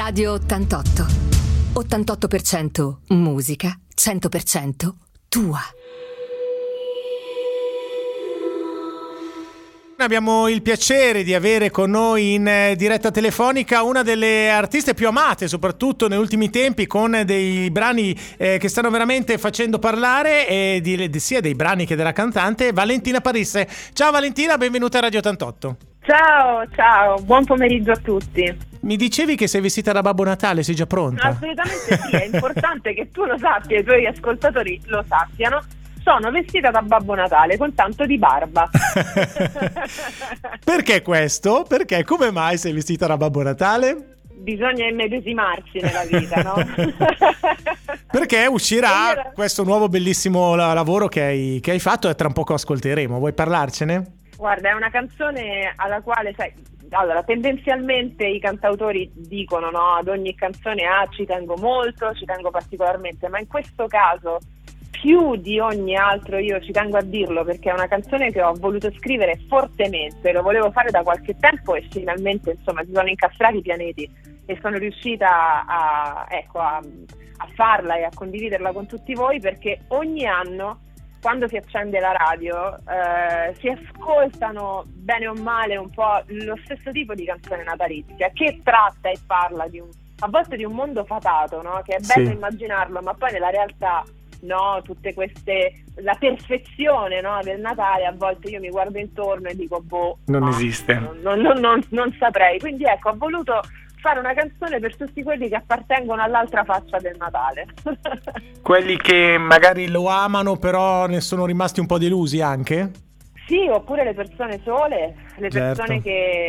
Radio 88. 88% musica, 100% tua. Abbiamo il piacere di avere con noi in diretta telefonica una delle artiste più amate, soprattutto negli ultimi tempi, con dei brani che stanno veramente facendo parlare, sia dei brani che della cantante, Valentina Parisse. Ciao Valentina, benvenuta a Radio 88. Ciao, buon pomeriggio a tutti. Mi dicevi che sei vestita da Babbo Natale, sei già pronta? Assolutamente sì, è importante che tu lo sappia e i tuoi ascoltatori lo sappiano. Sono vestita da Babbo Natale con tanto di barba. Perché questo? Perché? Come mai sei vestita da Babbo Natale? Bisogna immedesimarsi nella vita, no? Perché uscirà questo nuovo bellissimo lavoro che hai fatto e tra un poco ascolteremo. Vuoi parlarcene? Guarda, è una canzone alla quale, sai, allora tendenzialmente i cantautori dicono, no, ad ogni canzone ci tengo molto, ci tengo particolarmente, ma in questo caso più di ogni altro io ci tengo a dirlo perché è una canzone che ho voluto scrivere fortemente, lo volevo fare da qualche tempo e finalmente insomma si sono incastrati i pianeti e sono riuscita a farla e a condividerla con tutti voi, perché ogni anno quando si accende la radio si ascoltano bene o male un po' lo stesso tipo di canzone natalizia che tratta e parla a volte di un mondo fatato, no? Che è bello immaginarlo, ma poi nella realtà no, tutte queste, la perfezione, no, del Natale, a volte io mi guardo intorno e dico non esiste, non saprei, quindi ecco, ho voluto fare una canzone per tutti quelli che appartengono all'altra faccia del Natale. Quelli che magari lo amano però ne sono rimasti un po' delusi anche? Sì, oppure le persone sole, le persone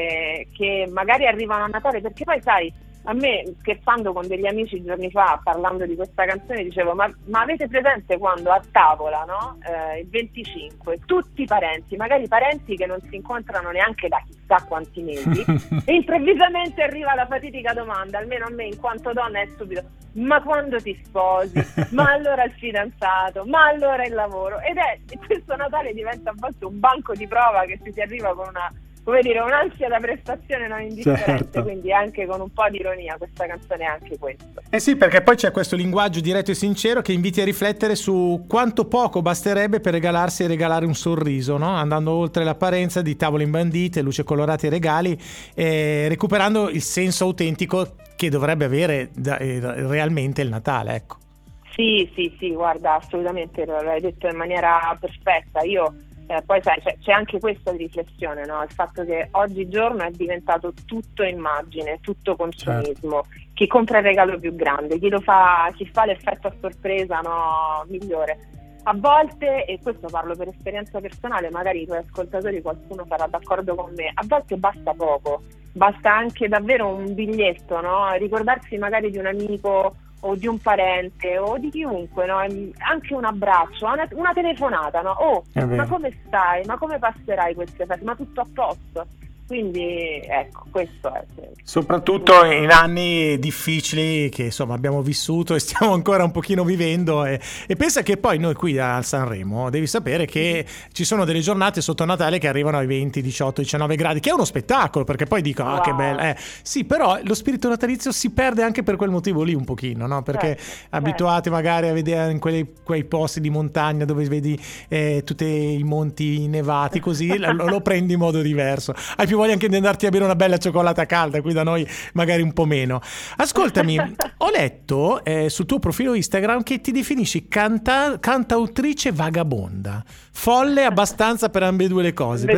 che magari arrivano a Natale, perché poi sai, a me, scherzando con degli amici giorni fa, parlando di questa canzone, dicevo ma avete presente quando a tavola, no? Il 25, tutti i parenti, magari parenti che non si incontrano neanche da chissà quanti mesi, e improvvisamente arriva la fatidica domanda, almeno a me in quanto donna è subito: ma quando ti sposi? Ma allora il fidanzato? Ma allora il lavoro? Ed questo Natale diventa a volte un banco di prova che si arriva con un'ansia da prestazione non indifferente, quindi anche con un po' di ironia questa canzone è anche questo. Sì, perché poi c'è questo linguaggio diretto e sincero che inviti a riflettere su quanto poco basterebbe per regalarsi e regalare un sorriso, no? Andando oltre l'apparenza di tavole imbandite, luce colorate e regali, recuperando il senso autentico che dovrebbe avere realmente il Natale, ecco. Sì, guarda, assolutamente, l'hai detto in maniera perfetta. Io poi sai, c'è anche questa di riflessione, no? Il fatto che oggigiorno è diventato tutto immagine, tutto consumismo. Certo. Chi compra il regalo più grande, chi fa l'effetto a sorpresa, no, migliore. A volte, e questo parlo per esperienza personale, magari i tuoi ascoltatori qualcuno sarà d'accordo con me, a volte basta poco, basta anche davvero un biglietto, no? Ricordarsi magari di un amico o di un parente o di chiunque, no? Anche un abbraccio, una telefonata, no? Ma come stai? Ma come passerai queste feste? Ma tutto a posto? Quindi ecco, questo è soprattutto in anni difficili che insomma abbiamo vissuto e stiamo ancora un pochino vivendo, e pensa che poi noi qui a Sanremo devi sapere che ci sono delle giornate sotto Natale che arrivano ai 20, 18, 19 gradi, che è uno spettacolo, perché poi dico wow, che bello, sì, però lo spirito natalizio si perde anche per quel motivo lì un pochino, no? Perché abituati magari a vedere in quei posti di montagna dove vedi tutti i monti nevati, così lo prendi in modo diverso, hai più voglia anche di andarti a bere una bella cioccolata calda, qui da noi magari un po' meno. Ascoltami, ho letto sul tuo profilo Instagram che ti definisci cantautrice vagabonda, folle abbastanza per ambedue le cose.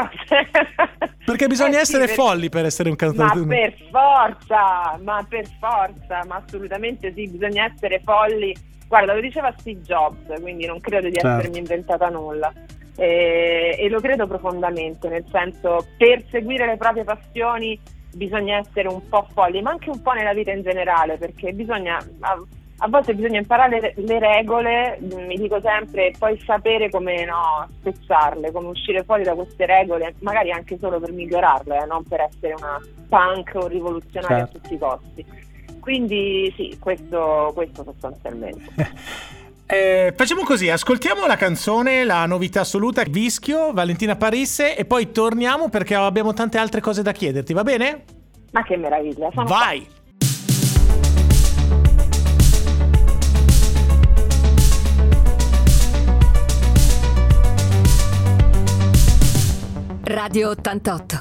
Perché bisogna essere folli per essere un cantautore. Ma per forza, ma assolutamente sì, bisogna essere folli. Guarda, lo diceva Steve Jobs, quindi non credo di essermi inventata nulla. E lo credo profondamente, nel senso, per seguire le proprie passioni bisogna essere un po' folli, ma anche un po' nella vita in generale, perché a volte bisogna imparare le regole, mi dico sempre, e poi sapere come spezzarle, come uscire fuori da queste regole, magari anche solo per migliorarle, non per essere una punk o rivoluzionaria a tutti i costi. Quindi sì, questo sostanzialmente. Facciamo così, ascoltiamo la canzone, la novità assoluta, Vischio, Valentina Parisse, e poi torniamo perché abbiamo tante altre cose da chiederti, va bene? Ma che meraviglia! Vai! Radio 88.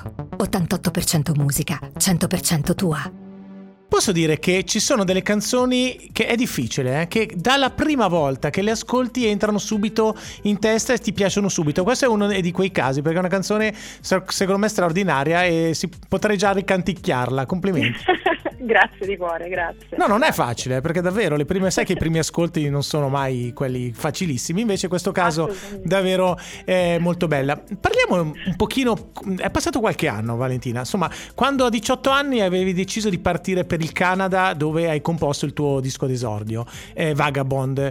88% musica, 100% tua. Posso dire che ci sono delle canzoni che è difficile, che dalla prima volta che le ascolti entrano subito in testa e ti piacciono subito. Questo è uno di quei casi, perché è una canzone secondo me straordinaria e potrei già ricanticchiarla. Complimenti. Grazie di cuore, grazie. No, non è facile, perché davvero sai che i primi ascolti non sono mai quelli facilissimi, invece questo caso davvero è molto bella. Parliamo un pochino, è passato qualche anno, Valentina, insomma, quando a 18 anni avevi deciso di partire per il Canada, dove hai composto il tuo disco d'esordio, Vagabond,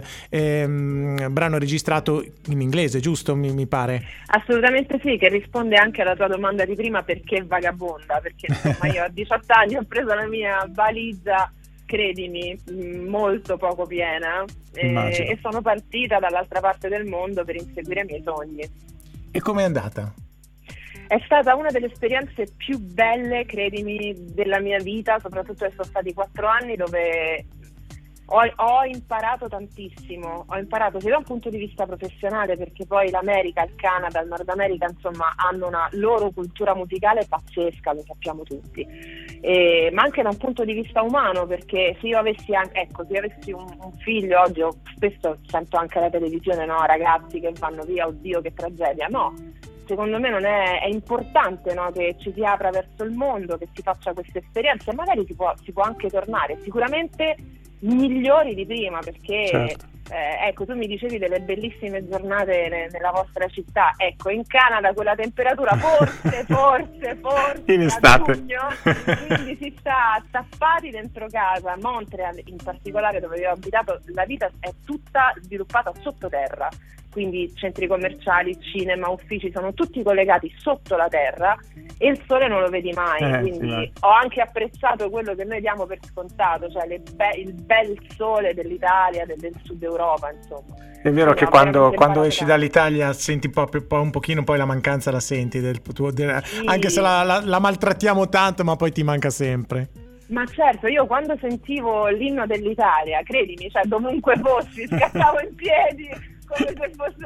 brano registrato in inglese, giusto, mi pare? Assolutamente sì, che risponde anche alla tua domanda di prima, perché vagabonda, perché insomma io a 18 anni ho preso la mia valigia, credimi, molto poco piena, e sono partita dall'altra parte del mondo per inseguire i miei sogni. E com'è andata? È stata una delle esperienze più belle, credimi, della mia vita, soprattutto che sono stati 4 anni dove ho imparato tantissimo, sia da un punto di vista professionale, perché poi l'America, il Canada, il Nord America, insomma, hanno una loro cultura musicale pazzesca, lo sappiamo tutti, ma anche da un punto di vista umano, perché se io avessi un figlio, oggi spesso sento anche alla televisione, no, ragazzi che vanno via, oddio che tragedia, no. Secondo me non è importante, no, che ci si apra verso il mondo, che si faccia queste esperienze, e magari si può anche tornare, sicuramente migliori di prima, perché certo. Ecco, tu mi dicevi delle bellissime giornate nella vostra città, ecco, in Canada quella temperatura forse in estate, a giugno, quindi si sta tappati dentro casa. Montreal in particolare, dove io ho abitato, la vita è tutta sviluppata sottoterra, quindi centri commerciali, cinema, uffici sono tutti collegati sotto la terra e il sole non lo vedi mai, quindi ho anche apprezzato quello che noi diamo per scontato, cioè il bel sole dell'Italia, del sud Europa, insomma. È vero che quando esci dall'Italia senti un pochino, poi la mancanza la senti sì. Anche se la maltrattiamo tanto, ma poi ti manca sempre. Ma certo, io quando sentivo l'inno dell'Italia, credimi, cioè dovunque fossi, scattavo in piedi come se fosse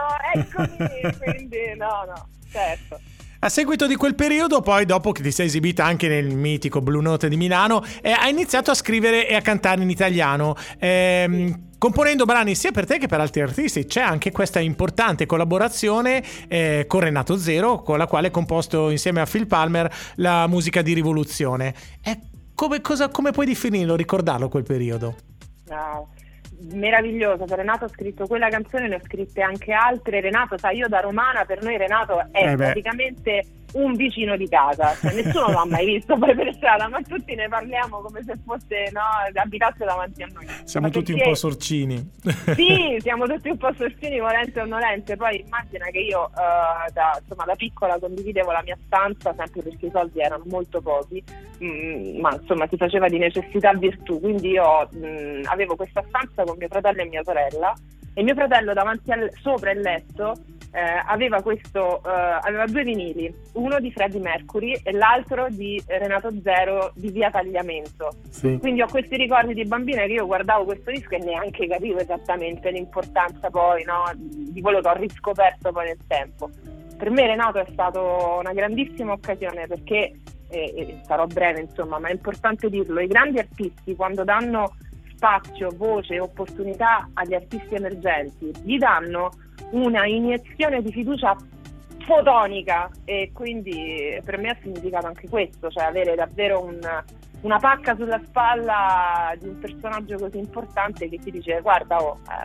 eccomi, quindi no, certo. A seguito di quel periodo, poi dopo che ti sei esibita anche nel mitico Blue Note di Milano, hai iniziato a scrivere e a cantare in italiano, componendo brani sia per te che per altri artisti. C'è anche questa importante collaborazione con Renato Zero, con la quale hai composto insieme a Phil Palmer la musica di Rivoluzione. Come puoi definirlo, ricordarlo quel periodo? Wow. Meraviglioso, per Renato ho scritto quella canzone, ne ho scritte anche altre. Renato, sai, io da romana, per noi Renato è praticamente un vicino di casa, cioè, nessuno l'ha mai visto poi per strada, ma tutti ne parliamo come se fosse, no, abitasse davanti a noi. Siamo tutti un po' sorcini. Sì, siamo tutti un po' sorcini, volente o nolente. Poi immagina che io da piccola condividevo la mia stanza, sempre perché i soldi erano molto pochi, ma insomma si faceva di necessità virtù, quindi io avevo questa stanza con mio fratello e mia sorella, e mio fratello davanti sopra il letto aveva 2 vinili, uno di Freddie Mercury e l'altro di Renato Zero di Via Tagliamento. Sì. Quindi ho questi ricordi di bambina che io guardavo questo disco e neanche capivo esattamente l'importanza poi, no, di quello che ho riscoperto poi nel tempo. Per me Renato è stato una grandissima occasione, perché sarò breve insomma, ma è importante dirlo, i grandi artisti quando danno spazio, voce e opportunità agli artisti emergenti gli danno una iniezione di fiducia fotonica, e quindi per me ha significato anche questo, cioè avere davvero una pacca sulla spalla di un personaggio così importante che ti dice guarda,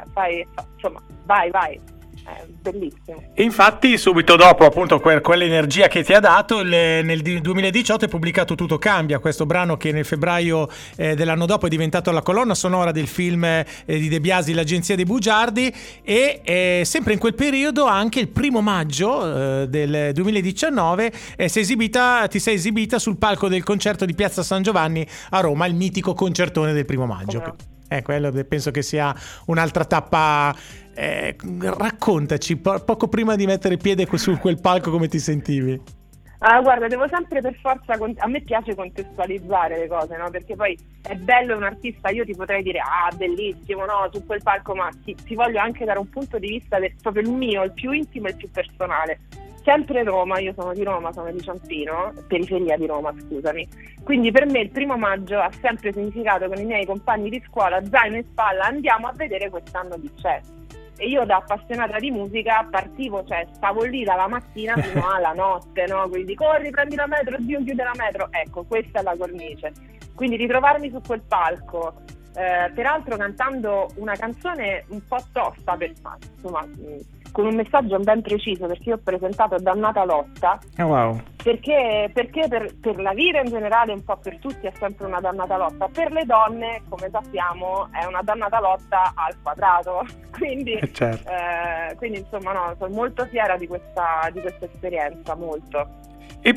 vai, bellissimo. E infatti subito dopo appunto quell'energia che ti ha dato, nel 2018 è pubblicato Tutto Cambia, questo brano che nel febbraio dell'anno dopo è diventato la colonna sonora del film di De Biasi, L'Agenzia dei Bugiardi, e sempre in quel periodo, anche il 1° maggio del 2019 ti sei esibita sul palco del concerto di Piazza San Giovanni a Roma, il mitico concertone del 1° maggio. Quello penso che sia un'altra tappa. Raccontaci poco prima di mettere piede su quel palco come ti sentivi. Guarda, devo sempre per forza, a me piace contestualizzare le cose, no? Perché poi è bello un artista, io ti potrei dire, bellissimo, no? Su quel palco, ma ti voglio anche dare un punto di vista proprio il mio, il più intimo e il più personale. Sempre Roma, io sono di Roma, sono di Ciampino, periferia di Roma, scusami. Quindi per me il 1° maggio ha sempre significato con i miei compagni di scuola, zaino in spalla, andiamo a vedere quest'anno chi c'è. E io da appassionata di musica partivo, cioè stavo lì dalla mattina fino alla notte, no? Quindi corri, prendi la metro, Dio chiude la metro, ecco, questa è la cornice. Quindi ritrovarmi su quel palco, peraltro cantando una canzone un po' tosta, insomma, con un messaggio ben preciso, perché io ho presentato Dannata Lotta. Wow. Perché per la vita in generale, un po' per tutti, è sempre una dannata lotta. Per le donne, come sappiamo, è una dannata lotta al quadrato. Quindi, certo. Quindi insomma, no, sono molto fiera di questa esperienza, molto. E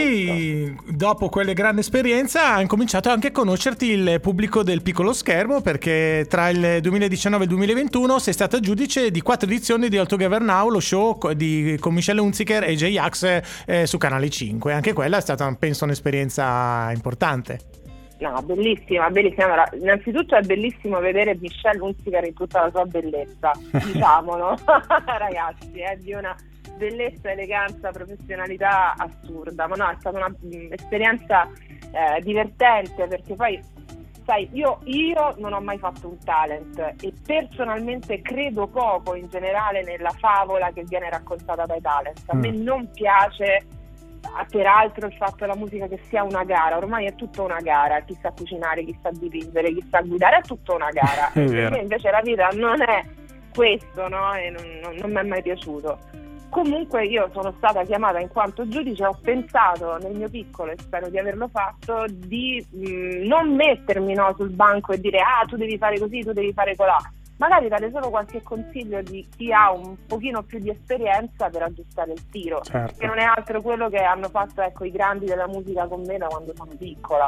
poi, dopo quelle grandi esperienze, ha incominciato anche a conoscerti il pubblico del piccolo schermo, perché tra il 2019 e il 2021 sei stata giudice di 4 edizioni di All Together Now, lo show con Michelle Hunziker e J-Ax su Canale 5. Anche quella è stata, penso, un'esperienza importante. No, bellissima, bellissima. Allora, innanzitutto è bellissimo vedere Michelle Hunziker in tutta la sua bellezza, diciamolo, ragazzi, è di una bellezza, eleganza, professionalità assurda, ma no, è stata un'esperienza divertente, perché poi sai, io non ho mai fatto un talent e personalmente credo poco in generale nella favola che viene raccontata dai talent. A me non piace peraltro il fatto della musica che sia una gara, ormai è tutta una gara, chi sa cucinare, chi sa dipingere, chi sa guidare, è tutta una gara. È vero. Invece la vita non è questo, no? E non mi è mai piaciuto. Comunque io sono stata chiamata in quanto giudice, ho pensato nel mio piccolo, e spero di averlo fatto, di non mettermi sul banco e dire tu devi fare così, tu devi fare colà, magari dare solo qualche consiglio di chi ha un pochino più di esperienza per aggiustare il tiro, certo. Che non è altro quello che hanno fatto, ecco, i grandi della musica con me da quando sono piccola.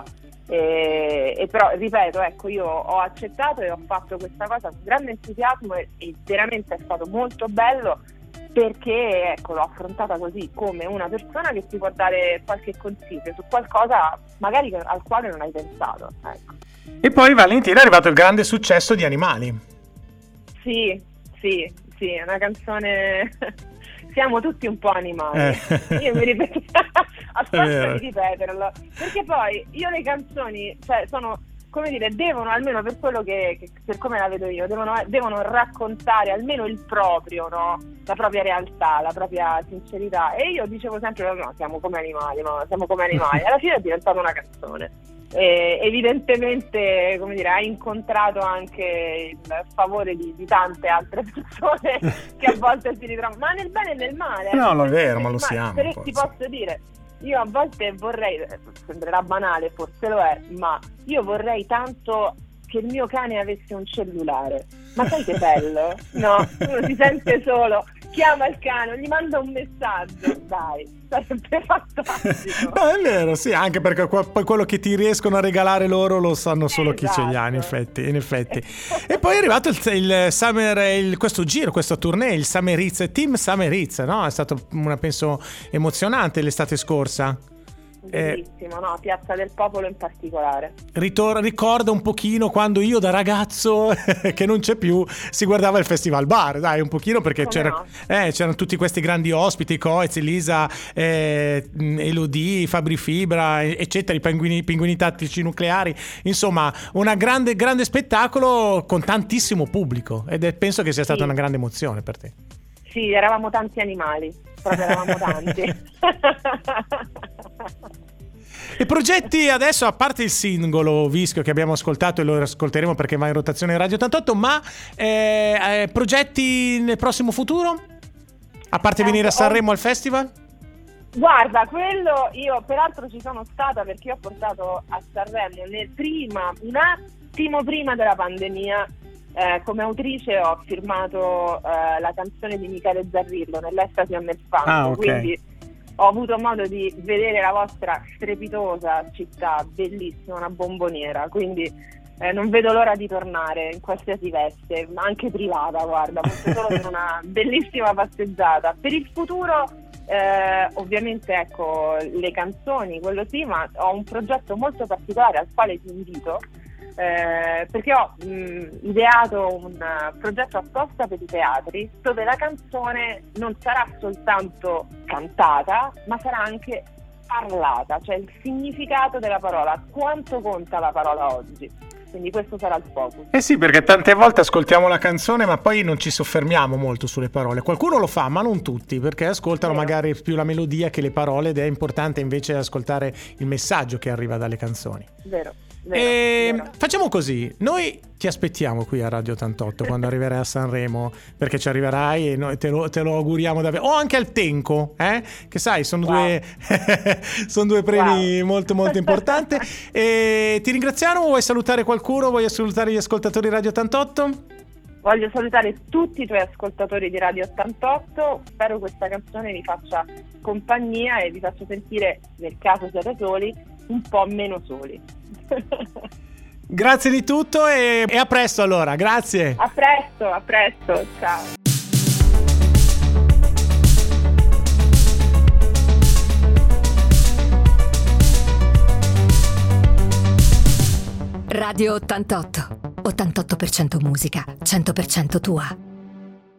E però ripeto, ecco, io ho accettato e ho fatto questa cosa con grande entusiasmo e veramente è stato molto bello, perché ecco, l'ho affrontata così, come una persona che ti può dare qualche consiglio su qualcosa magari al quale non hai pensato, ecco. E poi, Valentina, è arrivato il grande successo di Animali. Sì, è una canzone siamo tutti un po' animali. Io mi ripeto a forza di ripeterlo, perché poi io le canzoni, cioè, sono, come dire, devono, almeno per quello che per come la vedo io, devono raccontare almeno il proprio, no? La propria realtà, la propria sincerità. E io dicevo sempre no, siamo come animali, no? Siamo come animali. Alla fine è diventata una canzone. Evidentemente, come dire, ha incontrato anche il favore di tante altre persone che a volte si ritrovano, ma nel bene e nel male. No, è vero, ma lo siamo. Ti posso dire, io a volte vorrei, sembrerà banale, forse lo è, ma io vorrei tanto che il mio cane avesse un cellulare. Ma sai che bello? No, uno si sente solo, chiama il cane, gli manda un messaggio, dai, sarebbe fantastico. No, è vero, sì, anche perché poi quello che ti riescono a regalare loro lo sanno solo chi ce li ha, in effetti. E poi è arrivato il Summer, questo giro, questo tournée, il Summer Hits, Team Summer Hits, no? È stato penso emozionante l'estate scorsa. Bellissimo, no? Piazza del Popolo in particolare. Ricorda un pochino quando io da ragazzo che non c'è più si guardava il Festival Bar, dai, un pochino, perché c'erano tutti questi grandi ospiti, Coez, Elisa, Elodie, Fabri Fibra, eccetera, i pinguini tattici nucleari, insomma un grande spettacolo con tantissimo pubblico, ed penso che sia stata una grande emozione per te. Sì, eravamo tanti animali, proprio eravamo tanti. E progetti adesso, a parte il singolo Vischio che abbiamo ascoltato e lo ascolteremo perché va in rotazione in Radio 88, ma progetti nel prossimo futuro? A parte venire a Sanremo al festival? Guarda, quello io peraltro ci sono stata perché ho portato a Sanremo un attimo prima della pandemia. Come autrice ho firmato la canzone di Michele Zarrillo, Nell'estasi e nel fango, okay. Quindi ho avuto modo di vedere la vostra strepitosa città, bellissima, una bomboniera, quindi non vedo l'ora di tornare in qualsiasi veste, ma anche privata, guarda, molto solo per una bellissima passeggiata. Per il futuro ovviamente ecco le canzoni, quello sì, ma ho un progetto molto particolare al quale ti invito, perché ho ideato un progetto apposta per i teatri dove la canzone non sarà soltanto cantata ma sarà anche parlata, cioè il significato della parola, quanto conta la parola oggi. Quindi questo sarà il focus. Eh sì, perché tante volte ascoltiamo la canzone ma poi non ci soffermiamo molto sulle parole. Qualcuno lo fa, ma non tutti, perché ascoltano magari più la melodia che le parole, ed è importante invece ascoltare il messaggio che arriva dalle canzoni. Vero. Facciamo così, noi ti aspettiamo qui a Radio 88 quando arriverai a Sanremo, perché ci arriverai e noi te lo auguriamo davvero, o anche al Tenco, che sai sono due premi molto molto importanti. E ti ringraziamo. Vuoi salutare qualcuno? Vuoi salutare gli ascoltatori di Radio 88? Voglio salutare tutti i tuoi ascoltatori di Radio 88, spero questa canzone vi faccia compagnia e vi faccia sentire, nel caso siate soli, un po' meno soli. Grazie di tutto e a presto allora, grazie. A presto, ciao. Radio 88, 88% musica, 100% tua.